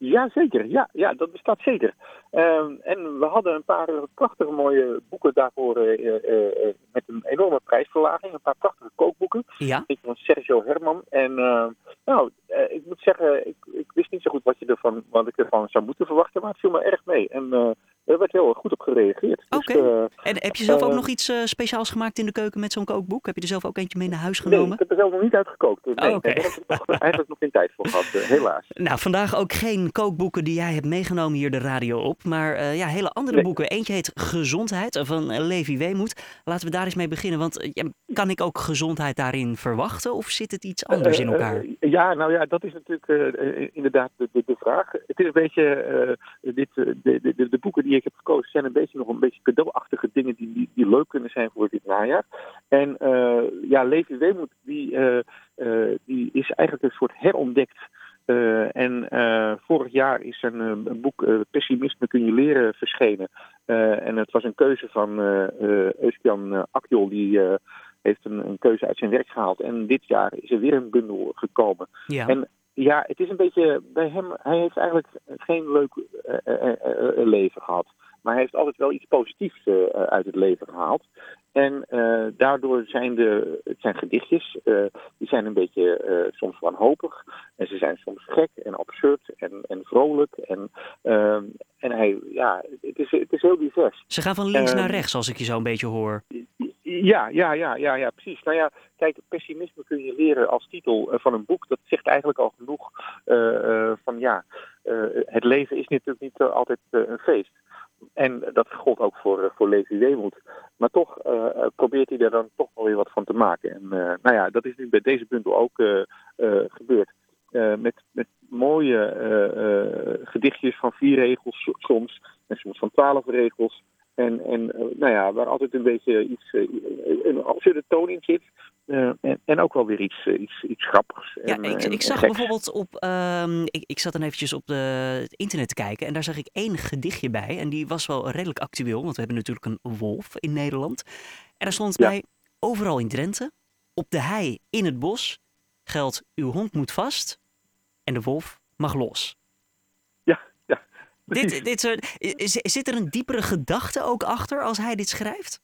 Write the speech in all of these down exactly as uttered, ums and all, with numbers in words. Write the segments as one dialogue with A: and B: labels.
A: Ja, zeker. Ja, ja, dat bestaat zeker. Um, en we hadden een paar prachtige mooie boeken daarvoor uh, uh, uh, met een enorme prijsverlaging. Een paar prachtige kookboeken.
B: Ja?
A: Ik van Sergio Herman. En uh, nou, uh, ik moet zeggen, ik, ik wist niet zo goed wat, je ervan, wat ik ervan zou moeten verwachten, maar het viel me erg mee. En uh, er werd heel goed op gereageerd.
B: Oké.
A: Dus, uh,
B: en heb je zelf
A: uh,
B: ook nog iets uh, speciaals gemaakt in de keuken met zo'n kookboek? Heb je er zelf ook eentje mee naar huis
A: Nee,
B: genomen?
A: ik heb er zelf nog niet uitgekookt. Nee,
B: Oh, okay.
A: nee, daar heb ik nog, eigenlijk nog geen tijd voor gehad, uh, helaas.
B: Nou, vandaag ook geen kookboeken die jij hebt meegenomen hier de radio op. Maar uh, ja, hele andere
A: nee.
B: boeken. Eentje heet Gezondheid van uh, Levi Weemoed. Laten we daar eens mee beginnen. Want uh, ja, kan ik ook gezondheid daarin verwachten? Of zit het iets anders
A: uh,
B: in elkaar?
A: Uh, ja, nou ja, dat is natuurlijk uh, inderdaad de, de, de vraag. Het is een beetje, uh, dit, uh, de, de, de boeken die ik heb gekozen zijn een beetje nog een beetje cadeauachtige dingen die, die, die leuk kunnen zijn voor dit najaar. En uh, ja, Levi Weemoed, die, uh, uh, die is eigenlijk een soort herontdekt. Uh, en uh, vorig jaar is een, een boek uh, Pessimisme kun je leren verschenen. Uh, en het was een keuze van uh, uh, Eusjan uh, Akjol, die uh, heeft een, een keuze uit zijn werk gehaald. En dit jaar is er weer een bundel gekomen.
B: Ja.
A: En ja, het is een beetje bij hem, hij heeft eigenlijk geen leuk uh, uh, uh, leven gehad. Maar hij heeft altijd wel iets positiefs uh, uit het leven gehaald. En uh, daardoor zijn de, het zijn gedichtjes, uh, die zijn een beetje uh, soms wanhopig. En ze zijn soms gek en absurd en, en vrolijk. En, uh, en hij, ja, het is, het is heel divers.
B: Ze gaan van links
A: uh,
B: naar rechts, als ik je zo een beetje hoor.
A: Ja, ja, ja, ja, ja, precies. Nou ja, kijk, pessimisme kun je leren als titel uh, van een boek. Dat zegt eigenlijk al genoeg uh, uh, van ja, uh, het leven is natuurlijk niet uh, altijd uh, een feest. En dat gold ook voor, uh, voor Levi Weemoed. Maar toch uh, probeert hij er dan toch wel weer wat van te maken. En uh, nou ja, dat is nu bij deze bundel ook uh, uh, gebeurd. Uh, met, met mooie uh, uh, gedichtjes van vier regels soms. En soms van twaalf regels. En, en uh, nou ja, waar altijd een beetje iets, uh, een absurde toon in zit. Uh, en, en ook wel weer iets, uh, iets, iets grappigs.
B: Ja,
A: en,
B: ik,
A: en,
B: ik zag
A: en
B: bijvoorbeeld op, um, ik, ik zat dan eventjes op de, het internet te kijken en daar zag ik één gedichtje bij. En die was wel redelijk actueel, want we hebben natuurlijk een wolf in Nederland. En daar stond
A: ja.
B: bij, overal in Drenthe, op de hei, in het bos, geldt uw hond moet vast en de wolf mag los.
A: Ja, ja.
B: Dit, dit soort, zit er een diepere gedachte ook achter als hij dit schrijft?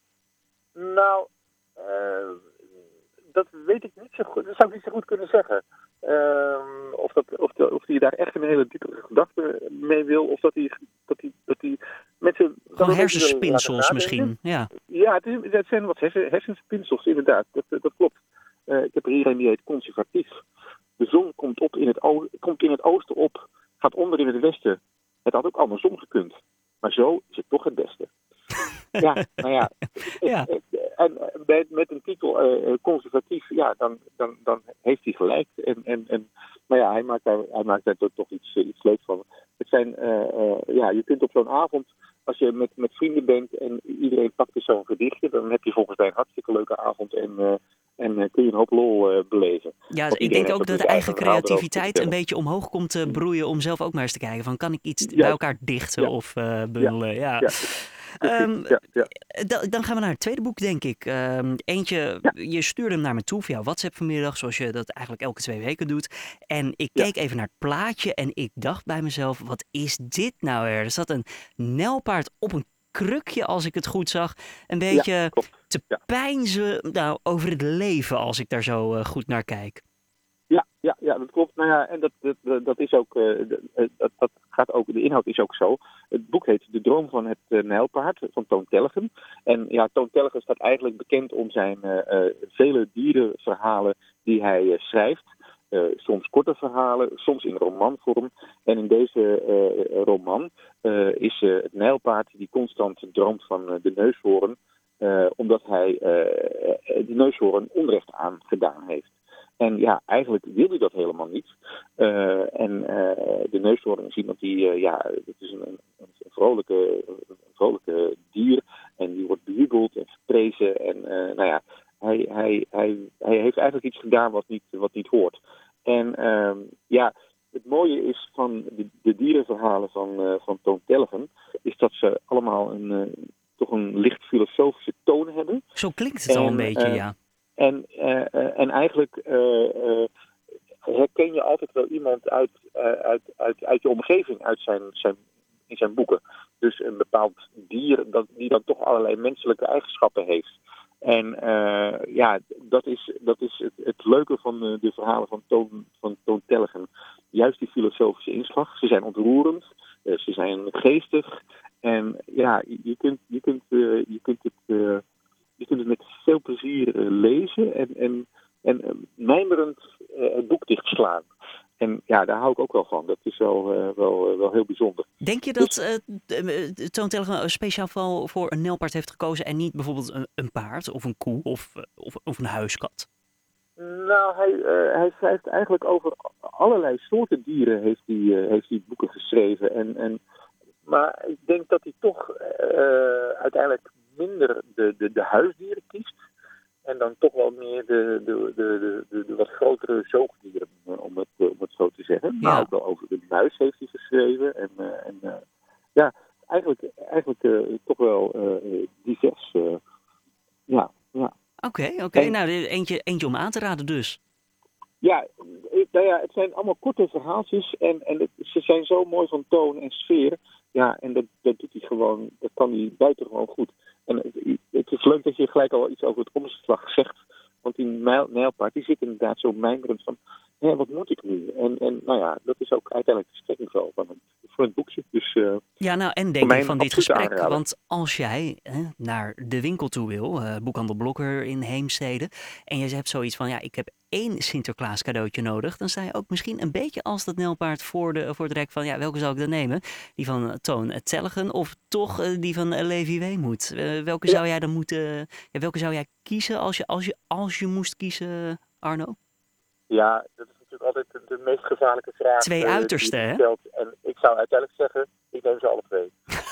A: Nou, uh, dat weet ik niet zo goed. Dat zou ik niet zo goed kunnen zeggen. Uh, of, dat, of, de, of hij daar echt een hele diepere gedachte mee wil. Of dat hij, dat hij, dat hij mensen...
B: Gewoon hersenspinsels misschien. Ja,
A: ja het, is, het zijn wat hersen, hersenspinsels inderdaad. Dat, dat klopt. Uh, ik heb er hier een die heet conservatief. De zon komt, op in het o- komt in het oosten op, gaat onder in het westen. Het had ook andersom gekund. Maar zo is het toch het beste. Ja, nou ja.
B: ja.
A: En met, met een titel uh, conservatief, ja, dan, dan, dan heeft hij gelijk. En, en, en, maar ja, hij maakt daar, hij maakt daar toch iets, iets leuks van. Het zijn, uh, uh, ja, je kunt op zo'n avond, als je met, met vrienden bent en iedereen pakt dus zo'n gedichtje, dan heb je volgens mij een hartstikke leuke avond en, uh, en uh, kun je een hoop lol uh, beleven.
B: Ja, ik denk ook dat de eigen creativiteit een beetje omhoog komt te broeien om zelf ook maar eens te kijken van kan ik iets ja. bij elkaar dichten ja. of uh, bundelen. Ja. ja. ja. Um, ja, ja. D- dan gaan we naar het tweede boek, denk ik. Um, eentje, ja. je stuurde hem naar me toe via WhatsApp vanmiddag, zoals je dat eigenlijk elke twee weken doet. En ik keek ja. even naar het plaatje en ik dacht bij mezelf, wat is dit nou weer? Er zat een nijlpaard op een krukje, als ik het goed zag. Een beetje ja, te ja. peinzen nou, over het leven, als ik daar zo uh, goed naar kijk.
A: Ja, ja, ja, dat klopt. Nou ja, en dat, dat, dat is ook, uh, dat, dat gaat ook, de inhoud is ook zo. Het boek heet De Droom van het uh, Nijlpaard van Toon Tellegen. En ja, Toon Tellegen staat eigenlijk bekend om zijn uh, uh, vele dierenverhalen die hij uh, schrijft. Uh, soms korte verhalen, soms in romanvorm. En in deze uh, roman uh, is uh, het nijlpaard die constant droomt van uh, de neushoorn. Uh, omdat hij uh, de neushoorn onrecht aangedaan heeft. En ja, eigenlijk wil hij dat helemaal niet. Uh, en uh, de neushoorn is iemand die, uh, ja, het is een, een, een, vrolijke, een vrolijke dier. En die wordt bejubeld en geprezen. En uh, nou ja, hij, hij, hij, hij heeft eigenlijk iets gedaan wat niet, wat niet hoort. En uh, ja, het mooie is van de, de dierenverhalen van, uh, van Toon Tellegen, is dat ze allemaal een, uh, toch een licht filosofische toon hebben.
B: Zo klinkt het en, al een beetje, uh, ja.
A: En, uh, uh, en eigenlijk, uh, uh, herken je altijd wel iemand uit, uh, uit, uit, uit je omgeving, uit zijn, zijn, in zijn boeken. Dus een bepaald dier dat, die dan toch allerlei menselijke eigenschappen heeft. En uh, ja, dat is, dat is het, het leuke van de, de verhalen van Toon, van Toon Tellegen. Juist die filosofische inslag. Ze zijn ontroerend, uh, ze zijn geestig. En ja, je kunt, je kunt, uh, je kunt, het, uh, je kunt het met veel plezier uh, lezen en, en, en uh, mijmerend uh, het boek dichtslaan. En ja, daar hou ik ook wel van. Dat is wel, uh, wel, uh, wel heel bijzonder.
B: Denk je dat uh, Toon Tellegen speciaal voor, voor een nijlpaard heeft gekozen en niet bijvoorbeeld een, een paard of een koe of, of, of een huiskat?
A: Nou, hij, uh, hij schrijft eigenlijk over allerlei soorten dieren heeft hij, uh, heeft hij boeken geschreven. En, en, maar ik denk dat hij toch uh, uiteindelijk minder de, de, de huisdieren kiest. En dan toch wel meer de, de, de, de, de wat grotere zoogdieren, om het, om het zo te zeggen. Ja. Maar ook wel over de muis heeft hij geschreven. En, uh, en uh, ja, eigenlijk, eigenlijk uh, toch wel uh, divers. Uh, ja, ja.
B: Oké, okay, oké. Okay. Nou, eentje, eentje om aan te raden dus.
A: Ja, nou ja, het zijn allemaal korte verhaaltjes en, en het, ze zijn zo mooi van toon en sfeer. Ja, en dat, dat doet hij gewoon, dat kan hij buitengewoon goed. En het, het is leuk dat je gelijk al iets over het omslag zegt. Want die nijlpaard, die zit inderdaad zo mijmerend van, hé, wat moet ik nu? En, en nou ja, dat is ook uiteindelijk de strekking van het, voor het boekje. Dus, uh,
B: ja, nou en denk ik van dit gesprek. Aanraden. Want als jij hè, naar de winkel toe wil, uh, Boekhandel Blokker in Heemstede, en je hebt zoiets van, ja, ik heb één Sinterklaas cadeautje nodig, dan sta je ook misschien een beetje als dat nijlpaard voor, de, voor het rek van, ja, welke zou ik dan nemen? Die van Toon Tellegen of toch uh, die van uh, Levi Weemoed? Uh, welke ja. zou jij dan moeten, uh, ja, welke zou jij kiezen als je, als je, als je moest kiezen, Arno?
A: Ja, dat is natuurlijk altijd de, de meest gevaarlijke vraag.
B: Twee uh, uitersten, hè?
A: En ik zou uiteindelijk zeggen, ik neem ze alle twee.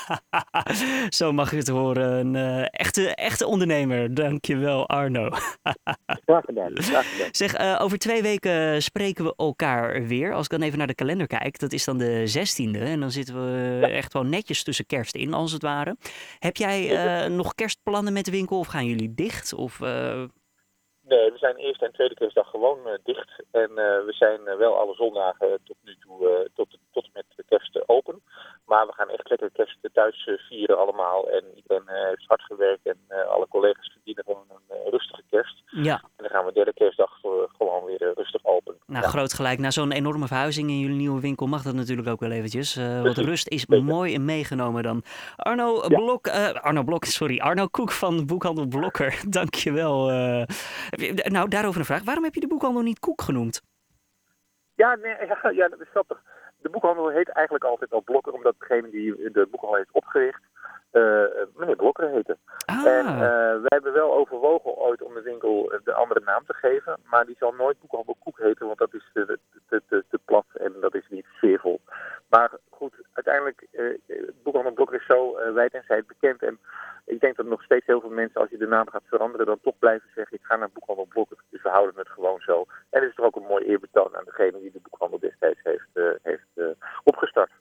B: Zo mag je het horen. Een uh, echte, echte ondernemer. Dankjewel, Arno.
A: Graag gedaan. Graag gedaan.
B: Zeg, uh, over twee weken spreken we elkaar weer. Als ik dan even naar de kalender kijk, dat is dan de zestiende. En dan zitten we ja. echt wel netjes tussen kerst in, als het ware. Heb jij uh, nog kerstplannen met de winkel of gaan jullie dicht? Of... Uh...
A: Nee, we zijn eerste en tweede kerstdag gewoon uh, dicht. En uh, we zijn uh, wel alle zondagen tot nu toe uh, tot, tot en met de kerst uh, open. Maar we gaan echt lekker kerst thuis uh, vieren allemaal. En iedereen uh, heeft hard gewerkt en uh, alle collega's verdienen gewoon een uh, rustige kerst.
B: Ja.
A: En dan gaan we derde kerstdag voor, gewoon weer uh, rustig open.
B: Nou,
A: ja.
B: groot gelijk. Na zo'n enorme verhuizing in jullie nieuwe winkel mag dat natuurlijk ook wel eventjes. Uh, want rust is Zeker. mooi in meegenomen dan. Arno ja. Blok, uh, Arno Blok, sorry, Arno Koek van Boekhandel Blokker. Dankjewel. Uh, nou, daarover een vraag. Waarom heb je de boekhandel niet Koek genoemd?
A: Ja, nee, ja, ja, dat is grappig. De boekhandel heet eigenlijk altijd al Blokker, omdat degene die de boekhandel heeft opgericht, uh, meneer Blokker heette.
B: Ah.
A: En uh, wij hebben wel overwogen ooit om de winkel de andere naam te geven, maar die zal nooit Boekhandel Koek heten, want dat is te, te, te, te plat en dat is niet sfeervol. Maar goed, uiteindelijk, uh, Boekhandel Blokker is zo uh, wijd en zijd bekend en ik denk dat nog steeds heel veel mensen, als je de naam gaat veranderen, dan toch blijven zeggen, ik ga naar Boekhandel Blokker. Dus we houden het gewoon zo. En het is toch ook een mooi eerbetoon aan degene die de boekhandel destijds heeft, uh, heeft uh, opgestart.